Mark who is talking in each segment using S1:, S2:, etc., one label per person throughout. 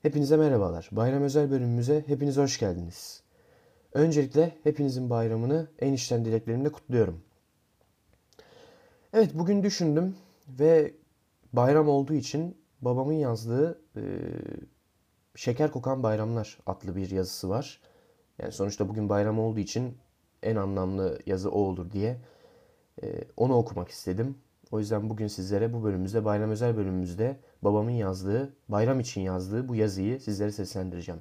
S1: Hepinize merhabalar. Bayram özel bölümümüze hepiniz hoş geldiniz. Öncelikle hepinizin bayramını en içten dileklerimle kutluyorum. Evet, bugün düşündüm ve bayram olduğu için babamın yazdığı Şeker Kokan Bayramlar adlı bir yazısı var. Yani sonuçta bugün bayram olduğu için en anlamlı yazı o olur diye onu okumak istedim. O yüzden bugün sizlere bu bölümümüzde, bayram özel bölümümüzde babamın yazdığı, bayram için yazdığı bu yazıyı sizlere seslendireceğim.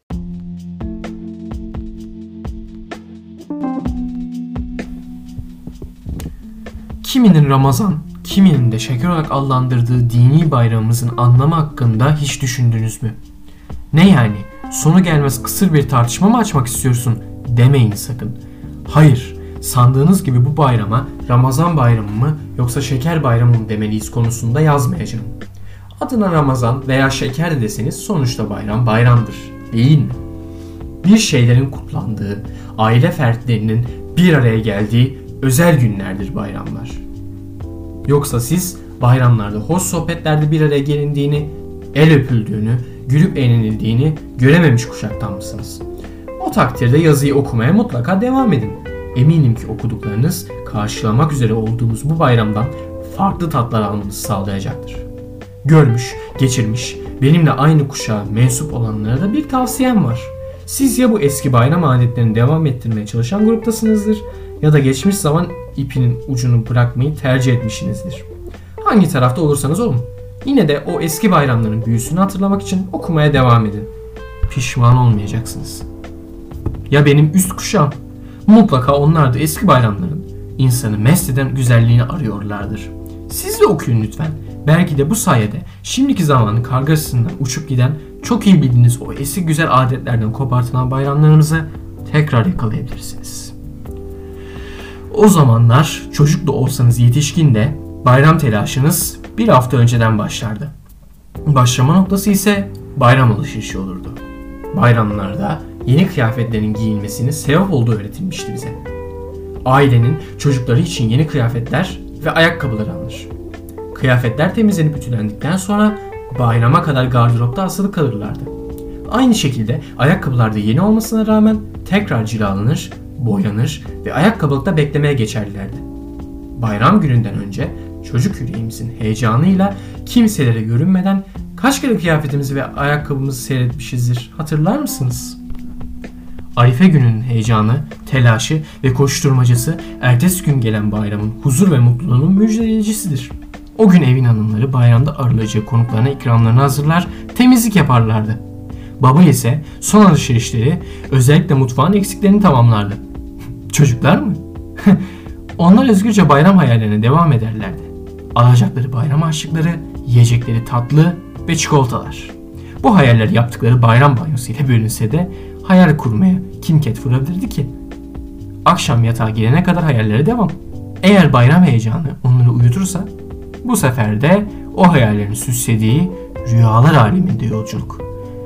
S2: Kiminin Ramazan, kiminin de şeker olarak adlandırdığı dini bayramımızın anlamı hakkında hiç düşündünüz mü? Ne yani? Sonu gelmez kısır bir tartışma mı açmak istiyorsun? Demeyin sakın. Hayır, sandığınız gibi bu bayrama Ramazan bayramı mı yoksa şeker bayramı mı demeliyiz konusunda yazmayacağım. Adına Ramazan veya şeker de deseniz sonuçta bayram bayramdır, değil mi? Bir şeylerin kutlandığı, aile fertlerinin bir araya geldiği özel günlerdir bayramlar. Yoksa siz bayramlarda hoş sohbetlerde bir araya gelindiğini, el öpüldüğünü, gülüp eğlenildiğini görememiş kuşaktan mısınız? O takdirde yazıyı okumaya mutlaka devam edin. Eminim ki okuduklarınız karşılamak üzere olduğumuz bu bayramdan farklı tatlar almanızı sağlayacaktır. Görmüş, geçirmiş, benimle aynı kuşağa mensup olanlara da bir tavsiyem var. Siz ya bu eski bayram adetlerini devam ettirmeye çalışan gruptasınızdır ya da geçmiş zaman ipinin ucunu bırakmayı tercih etmişsinizdir. Hangi tarafta olursanız olun. Yine de o eski bayramların büyüsünü hatırlamak için okumaya devam edin. Pişman olmayacaksınız. Ya benim üst kuşağım? Mutlaka onlar da eski bayramların insanı mest eden güzelliğini arıyorlardır. Siz de okuyun lütfen. Belki de bu sayede şimdiki zamanın kargaşasından uçup giden, çok iyi bildiğiniz o eski güzel adetlerden kopartılan bayramlarımızı tekrar yakalayabilirsiniz. O zamanlar çocuk da olsanız yetişkin de bayram telaşınız bir hafta önceden başlardı. Başlama noktası ise bayram alışverişi olurdu. Bayramlarda yeni kıyafetlerin giyilmesinin sevap olduğu öğretilmişti bize. Ailenin çocukları için yeni kıyafetler ve ayakkabılar alınır. Kıyafetler temizlenip ütülendikten sonra bayrama kadar gardıropta asılı kalırlardı. Aynı şekilde ayakkabılar da yeni olmasına rağmen tekrar cilalanır, boyanır ve ayakkabılıkta beklemeye geçerlerdi. Bayram gününden önce çocuk yüreğimizin heyecanıyla kimselere görünmeden kaç kere kıyafetimizi ve ayakkabımızı seyretmişizdir, hatırlar mısınız? Arife gününün heyecanı, telaşı ve koşturmacası ertesi gün gelen bayramın huzur ve mutluluğunun müjdeleyicisidir. O gün evin hanımları bayramda ağırlayacağı konuklarına ikramlarını hazırlar, temizlik yaparlardı. Baba ise son alışverişleri, özellikle mutfağın eksiklerini tamamlardı. Çocuklar mı? Onlar özgürce bayram hayallerine devam ederlerdi. Alacakları bayram harçlıkları, yiyecekleri tatlı ve çikolatalar. Bu hayaller yaptıkları bayram banyosu ile bölünse de hayal kurmaya kim ket vurabilirdi ki? Akşam yatağa girene kadar hayallere devam. Eğer bayram heyecanı onları uyutursa bu sefer de o hayallerini süslediği rüyalar aleminde yolculuk.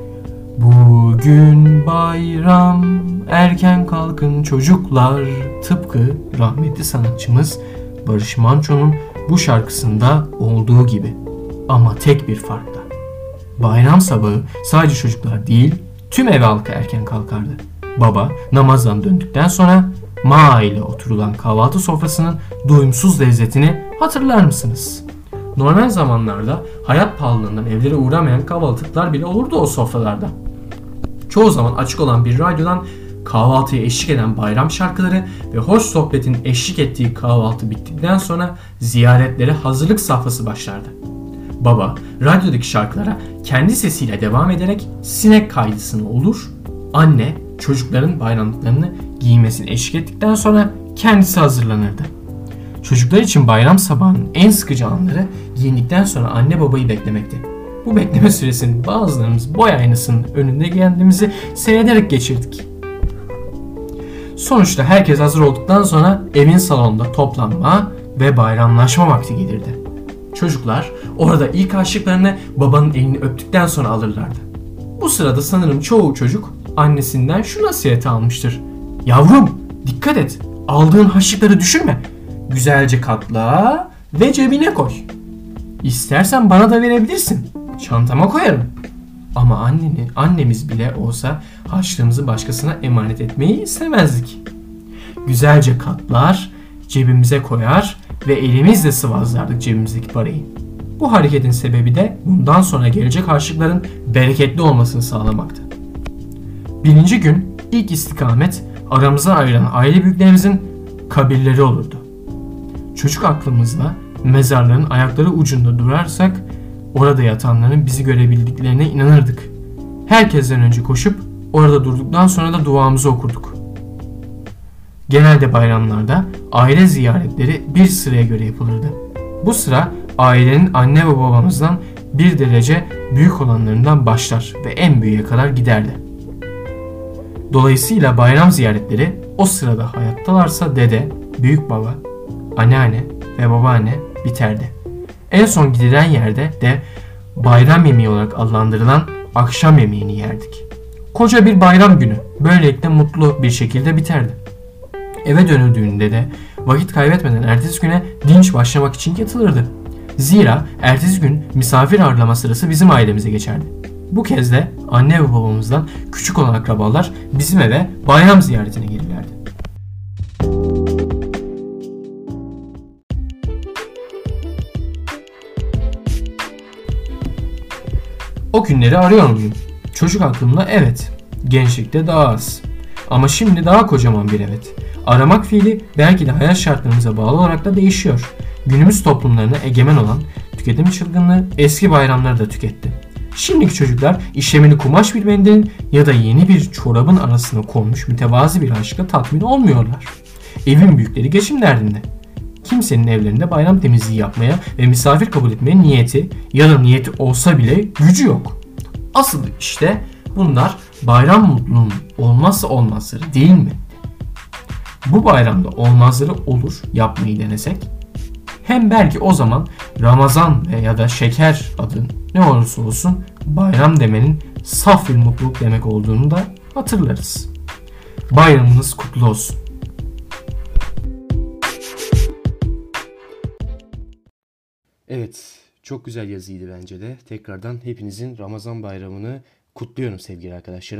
S2: Bugün bayram, erken kalkın çocuklar, tıpkı rahmetli sanatçımız Barış Manço'nun bu şarkısında olduğu gibi. Ama tek bir farkla. Bayram sabahı sadece çocuklar değil, tüm ev halkı erken kalkardı. Baba namazdan döndükten sonra ma ile oturulan kahvaltı sofrasının doyumsuz lezzetini hatırlar mısınız? Normal zamanlarda hayat pahalılığından evlere uğramayan kahvaltılıklar bile olurdu o sofralarda. Çoğu zaman açık olan bir radyodan kahvaltıya eşlik eden bayram şarkıları ve hoş sohbetin eşlik ettiği kahvaltı bittikten sonra ziyaretlere hazırlık safhası başlardı. Baba radyodaki şarkılara kendi sesiyle devam ederek sinek kaydısını olur, anne çocukların bayramlıklarını giymesini eşlik ettikten sonra kendisi hazırlanırdı. Çocuklar için bayram sabahının en sıkıcı anları giyindikten sonra anne babayı beklemekti. Bu bekleme süresini bazılarımız boy aynasının önünde kendimizi seyrederek geçirdik. Sonuçta herkes hazır olduktan sonra evin salonunda toplanma ve bayramlaşma vakti gelirdi. Çocuklar orada ilk harçlıklarını babanın elini öptükten sonra alırlardı. Bu sırada sanırım çoğu çocuk annesinden şu nasihati almıştır. Yavrum dikkat et, aldığın harçlıkları düşürme. Güzelce katla ve cebine koy. İstersen bana da verebilirsin. Çantama koyarım. Ama annemiz bile olsa harçlığımızı başkasına emanet etmeyi istemezdik. Güzelce katlar, cebimize koyar ve elimizle sıvazlardık cebimizdeki parayı. Bu hareketin sebebi de bundan sonra gelecek harçlıkların bereketli olmasını sağlamaktı. Birinci gün ilk istikamet aramıza ayrılan aile büyüklerimizin kabirleri olurdu. Çocuk aklımızla mezarların ayakları ucunda durarsak orada yatanların bizi görebildiklerine inanırdık. Herkesten önce koşup orada durduktan sonra da duamızı okurduk. Genelde bayramlarda aile ziyaretleri bir sıraya göre yapılırdı. Bu sıra ailenin anne ve babamızdan bir derece büyük olanlarından başlar ve en büyüğe kadar giderdi. Dolayısıyla bayram ziyaretleri o sırada hayattalarsa dede, büyük baba, anneanne ve babaanne biterdi. En son gidilen yerde de bayram yemeği olarak adlandırılan akşam yemeğini yerdik. Koca bir bayram günü böylelikle mutlu bir şekilde biterdi. Eve dönüldüğünde de vakit kaybetmeden ertesi güne dinç başlamak için yatılırdı. Zira ertesi gün misafir ağırlama sırası bizim ailemize geçerdi. Bu kez de anne ve babamızdan küçük olan akrabalar bizim eve bayram ziyaretine gelirlerdi. O günleri arıyor muyum? Çocuk aklımda evet, gençlikte daha az. Ama şimdi daha kocaman bir evet. Aramak fiili belki de hayat şartlarımıza bağlı olarak da değişiyor. Günümüz toplumlarına egemen olan tüketim çılgınlığı eski bayramları da tüketti. Şimdiki çocuklar işlemini kumaş bir mendilin ya da yeni bir çorabın arasına konmuş mütevazi bir aşkla tatmin olmuyorlar. Evin büyükleri geçim derdinde. Kimsenin evlerinde bayram temizliği yapmaya ve misafir kabul etmeye niyeti ya da niyeti olsa bile gücü yok. Asıl işte bunlar bayram mutluluğunun olmazsa olmazları değil mi? Bu bayramda olmazları olur yapmayı denesek, hem belki o zaman Ramazan ya da şeker adı ne olursa olsun bayram demenin saf bir mutluluk demek olduğunu da hatırlarız. Bayramınız kutlu olsun.
S1: Evet, çok güzel yazıydı bence de. Tekrardan hepinizin Ramazan bayramını kutluyorum sevgili arkadaşlarım.